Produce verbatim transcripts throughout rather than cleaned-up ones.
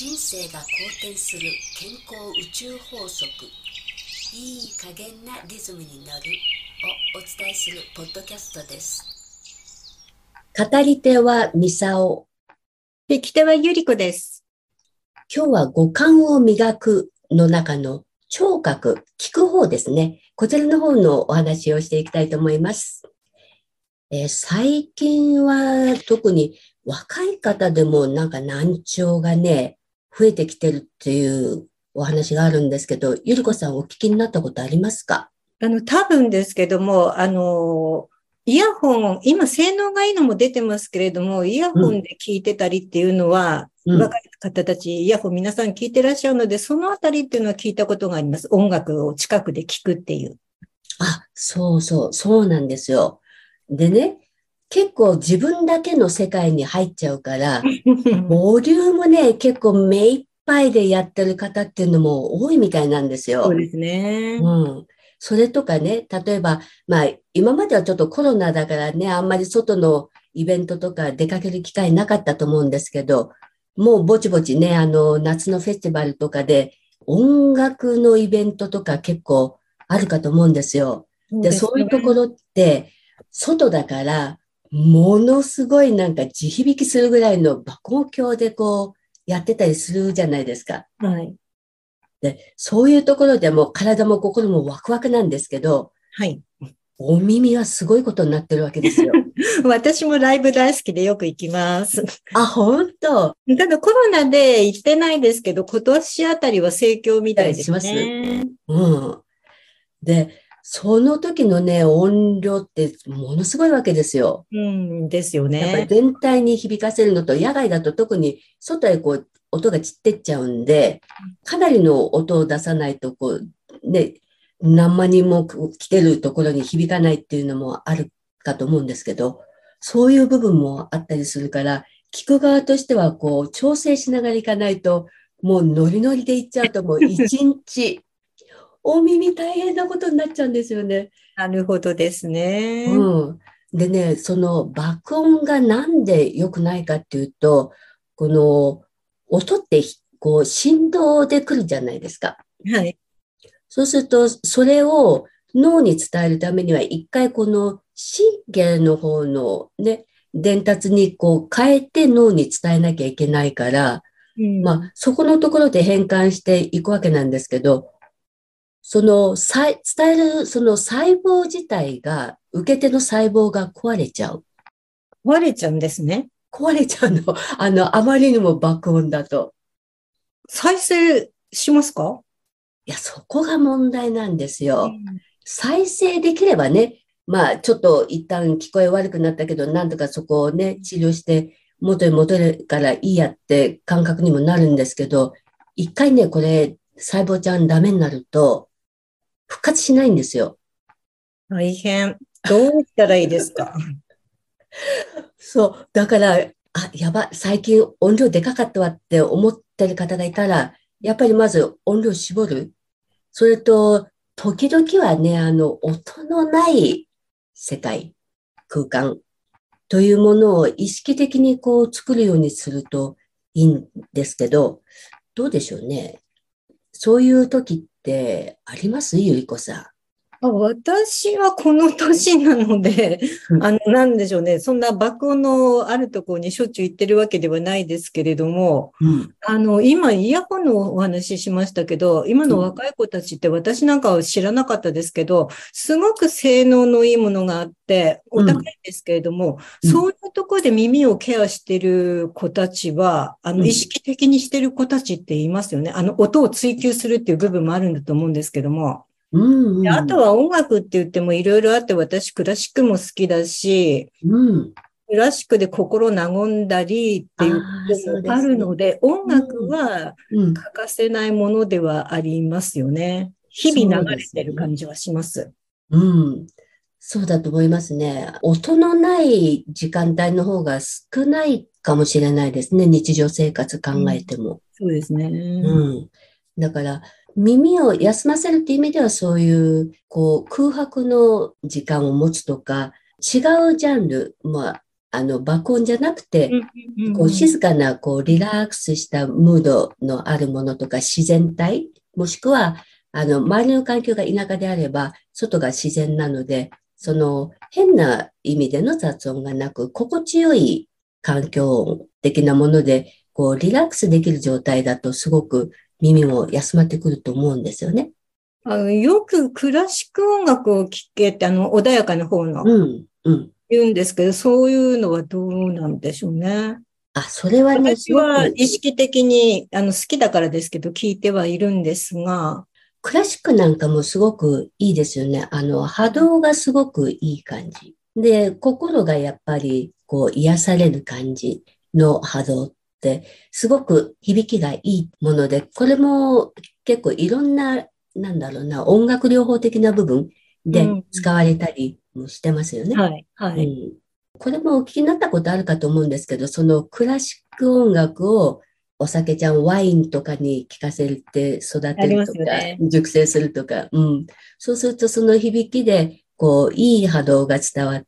人生が好転する健康宇宙法則、いい加減なリズムに乗るをお伝えするポッドキャストです。語り手はミサオ、 聞き手はゆりこです。 今日は五感を磨くの中の聴覚、聞く方ですね。こちらの方のお話をしていきたいと思います。えー、最近は特に若い方でもなんか難聴がね、増えてきてるっていうお話があるんですけど、ゆりこさんお聞きになったことありますか？ あの、多分ですけども、あの、イヤホン、今性能がいいのも出てますけれども、イヤうん、 ホンで聞いてたりっていうのは、 うん。 若い方たち、イヤホン皆さん聞いてらっしゃるので、そのあたりっていうのは聞いたことがあります。音楽を近くで聞くっていう。 あ、そうそう、そうなんですよ。でね、結構自分だけの世界に入っちゃうから、ボリュームね、結構目いっぱいでやってる方っていうのも多いみたいなんですよ。 そうですね。 うん。それとかね、例えば、まあ、今まではちょっとコロナだからね、あんまり外のイベントとか出かける機会なかったと思うんですけど、もうぼちぼちね、あの、夏のフェスティバルとかで、音楽のイベントとか結構あるかと思うんですよ。で、 そうですね。 そういうところって、外だから、ものすごいなんか地響きするぐらいの爆音響でこう、やってたりするじゃないですか。 はい。 で、そういうところでも体も心もワクワクなんですけど、 はい。 お耳はすごいことになってるわけですよ。 私もライブ大好きでよく行きます。 あ、本当。 ただコロナで行ってないですけど、今年あたりは盛況みたりたいですします。 ね。 うん。で、その時のね、音量ってものすごいわけですよ。 うん、ですよやっぱりね。 全体に響かせるのと、野外だと特に外へこう、音が散ってっちゃうんで、かなりの音を出さないと、こう、ね、何万人も来てるところに響かないっていうのもあるかと思うんですけど、そういう部分もあったりするから、聞く側としては、こう、調整しながらいかないと、もうノリノリで行っちゃうと、もう一日、お耳大変なことになっちゃうんですよね。 なるほどですね。 うん。でね、その爆音がなんで良くないかっていうと、この音ってひこう振動で来るじゃないですか。 はい。 そうすると、それを脳に伝えるためには、一回この神経の方のね、伝達にこう変えて脳に伝えなきゃいけないから、 うん。 まあ、そこのところで変換していくわけなんですけど、その、さい伝える、その細胞自体が、受け手の細胞が壊れちゃう。 壊れちゃうんですね。 壊れちゃうの。あの、あまりにも爆音だと。 再生しますか？ いや、そこが問題なんですよ。 うん。 再生できればね、まあ、ちょっと一旦聞こえ悪くなったけど、なんとかそこをね、治療して元に戻るからいいやって感覚にもなるんですけど、一回ね、これ、細胞ちゃんダメになると、復活しないんですよ。 大変。どうしたらいいですか？ そう。だから、あ、やば、最近音量でかかったわって思ってる方がいたら、やっぱりまず音量絞る。それと、時々はね、あの、音のない世界、空間というものを意識的にこう作るようにするといいんですけど、どうでしょうね。そういう時ってありますゆりこさあ、私はこの年なので、 ん。うあん。 の、なんでしょうね。そんな爆音のあるところにしょっちゅう行ってるわけではないですけれども、 うん。 あの、今、イヤホンのお話ししましたけど、今の若い子たちって私なんかは知らなかったですけど、すごく性能のいいものがあって、おうん。 高いんですけれども、 うん。 そういうところで耳をケアしてる子たちは、あの、意うん。 識的にしてる子たちって言いますよね。あの、音を追求するっていう部分もあるんだと思うんですけども。 うん。 であとうん。 は音楽って言ってもいろいろあって、私クラシックも好きだし、 うん。 クラシックで心和んだりっていうこああ、そうともあですね。 るので、音楽うん。 はうん。 欠かせないものではありますよね。日々流れそうですてるね。 感じはします。 うん。そうだと思いますね。音のない時間帯の方が少ないかもしれないですね。日常生活考えうん、 ても。 そうですね。 うん。だから、耳を休ませるっていう意味では、そういう、こう、空白の時間を持つとか、違うジャンル、まあ、 あの、爆音じゃなくて、 うんうんこううんうん。 静かな、こうリラックスしたムードのあるものとか自然体、もしくは、あの、周りの環境が田舎であれば、外が自然なので、その変な意味での雑音がなく、心地よい環境音的なもので、こうリラックスできる状態だとすごく耳も休まってくると思うんですよね。 あの、よくクラシック音楽を聴けって、あの、穏やかな方のうん、うん。 言うんですけど、そういうのはどうなんでしょうね。 あ、それはね、す私はごく意識的に、あの、好きだからですけど、聞いてはいるんですが、 クラシックなんかもすごくいいですよね。あの、波動がすごくいい感じ。で、心がやっぱりこう癒される感じの波動って、すごく響きがいいもので、これも結構いろんな、なんだろうな、音楽療法的な部分うん、 で使われうん。 たりもしてますよね。 はい、はい。 うん。これもお聞きになったことあるかと思うんですけど、そのクラシック音楽をお酒ちゃんワインとかに効かせて育てありまるとか、 すよね。 熟成するとか、うん。そうするとその響きで、こう、いい波動が伝わって、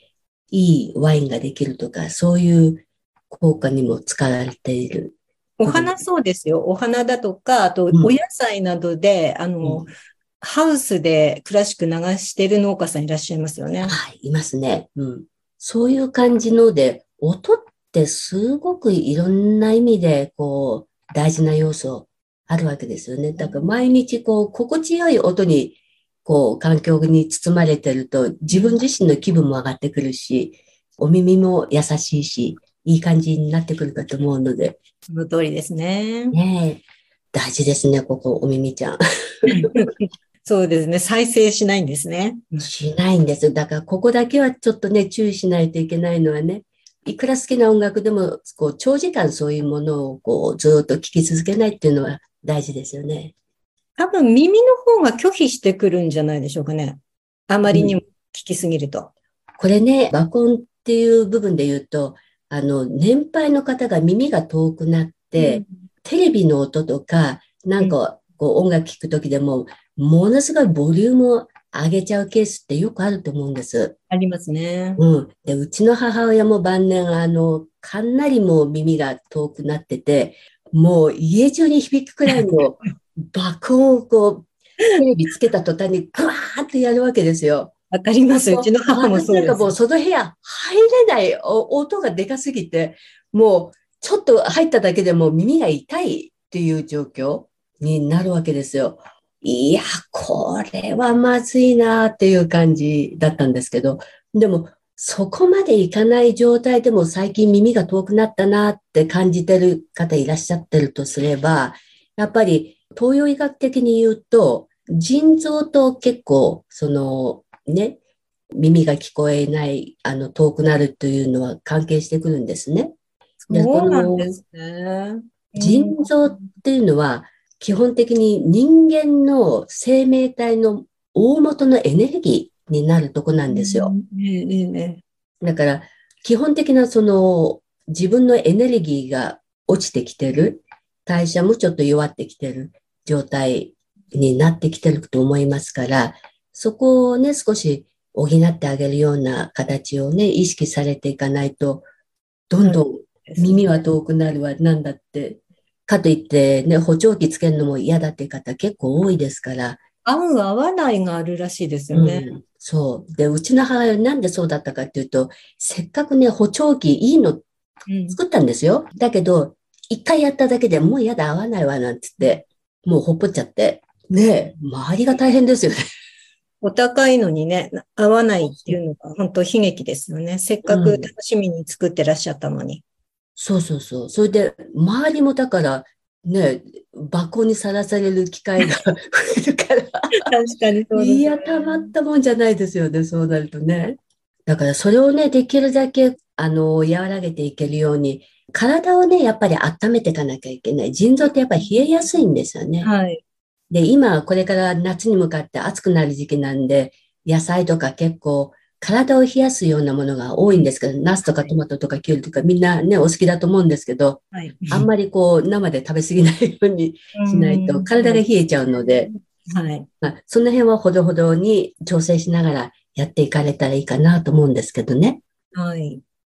いいワインができるとか、そういう効果にも使われている部分。 お花そうですよ。お花だとか、あと、お野うん。 菜などで、あの、 うん。 ハウスでクラシック流してる農家さんいらっしゃいますよね。 はい、いますね。うん。そういう感じので、音ってすごくいろんな意味で、こう、大事な要素あるわけですよね。だから毎日、こう、心地よい音に、こう、環境に包まれてると、自分うん、 自身の気分も上がってくるし、お耳も優しいし、いい感じになってくるかと思うので、 その通りですね。 ねえ、大事ですね、ここ、お耳ちゃん。 そうですね。再生しないんですね。 しないんです。だから、ここだけはちょっとね、注意しないといけないのはね、いくら好きな音楽でも、こう、長時間そういうものを、こう、ずっと聴き続けないっていうのは大事ですよね。 多分耳の方が拒否してくるんじゃないでしょうかね。あまりにもうん。 聞きすぎると。 これね、爆音っていう部分で言うと、あの、年配の方が耳が遠くなっうん。 て、テレビの音とか、なうん。 んか、こう、音楽聴くときでも、ものすごいボリュームを上げちゃうケースってよくあると思うんです。 ありますね。 うん。で、うちの母親も晩年、あの、かなりもう耳が遠くなってて、もう家中に響くくらいの爆音をこう、テレビつけた途端にグワーってやるわけですよ。 わかります。うちそうすると、 の母も私なんかもうそうです。 その部屋入れないお音がでかすぎて、もうちょっと入っただけでもう耳が痛いっていう状況になるわけですよ。いや、これはまずいなっていう感じだったんですけど、でもそこまでいかない状態でも最近耳が遠くなったなって感じてる方いらっしゃってるとすれば、やっぱり東洋医学的に言うと、腎臓と結構、そのね、耳が聞こえない、あの、遠くなるというのは関係してくるんですね。で、こそうなんでのすね。うん。 腎臓っていうのは、基本的に人間の生命体の大元のエネルギーになるとこなうんですよ。 ん、ええ、ええ、ええ。 だから、基本的なその、自分のエネルギーが落ちてきてる、代謝もちょっと弱ってきてる状態になってきてると思いますから、そこをね、少し補ってあげるような形をね、意識されていかないと、どんそうどんですね。 耳は遠くなるわ、なんだって。かといってね、補聴器つけるのも嫌だっていう方結構多いですから、 合う合わないがあるらしいですよね。 うん、そう。で、うちの母親なんでそうだったかっていうと、せっかくね、補聴器いいのうん。 作ったんですよ。だけど、一回やっただけでもう嫌だ、合わないわ、なんつって、もうほっぽっちゃって。ねえ、周りが大変ですよね。 お高いのにね、合わないっていうのが本当悲劇ですよね。せっかく楽うん。 しみに作ってらっしゃったのに。 そうそうそう。それで、周りもだから、ね、爆音にさらされる機会が増えるから、 確かにそうですね。 いや、たまったもんじゃないですよね、そうなるとね。だからそれをね、できるだけ、あの、和らげていけるように、体をね、やっぱり温めていかなきゃいけない。腎臓ってやっぱり冷えやすいんですよね。 はい。 で、今、これから夏に向かって暑くなる時期なんで、野菜とか結構、体を冷やすようなものが多いんですけど、ナスとかはい。 トマトとかキュウリとかみんなね、お好きだと思うんですけど、 はい。 あんまりこう、生で食べ過ぎないようにうしないと、 ん、 体そうですが冷えちゃうので、 ね。はい。 まあ、その辺はほどほどに調整しながらやっていかれたらいいかなと思うんですけどね。 はい。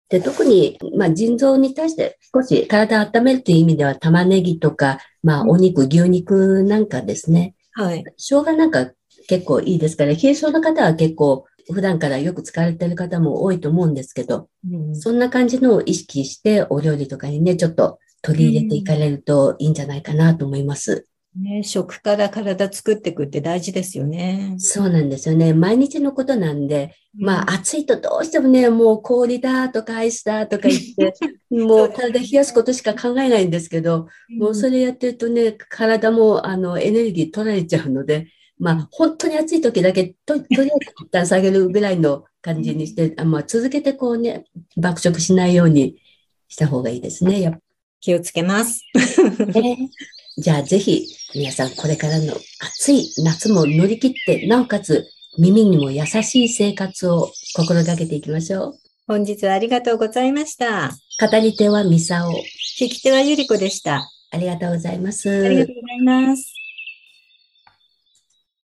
で、特に、まあ、腎臓に対して少し体を温めるという意味では、玉ねぎとか、まあ、お肉、牛肉なんかですね。 はい。 生姜なんか結構いいですから、冷え性の方は結構普段からよく使われている方も多いと思うんですけど、 うん。 そんな感じのを意識してお料理とかにね、ちょっと取うり入れていかん。 れるといいんじゃないかなと思います。 ね、食から体作っていくって大事ですよね。 そうなんですよね。毎日のことなんで、まあうん。 暑いとどうしてもね、もう氷だとかアイスだとか言って、 そうですもう体冷やすことしか考えないんですけど、もうね。 それやってるとね、体もあのエネルギー取られちゃうので、まうん。 あ本当に暑い時だけと、とりあえず一旦下げるぐらいの感じにして、あまあ、続けてこうね、爆食しないようにした方がいいですね。やっぱ気をつけます。 ね。じゃあぜひ皆さんこれからの暑い夏も乗り切って、なおかつ耳にも優しい生活を心がけていきましょう。 本日はありがとうございました。 語り手はミサオ。 聞き手はゆり子でした。 ありがとうございまありがとす。 うございます。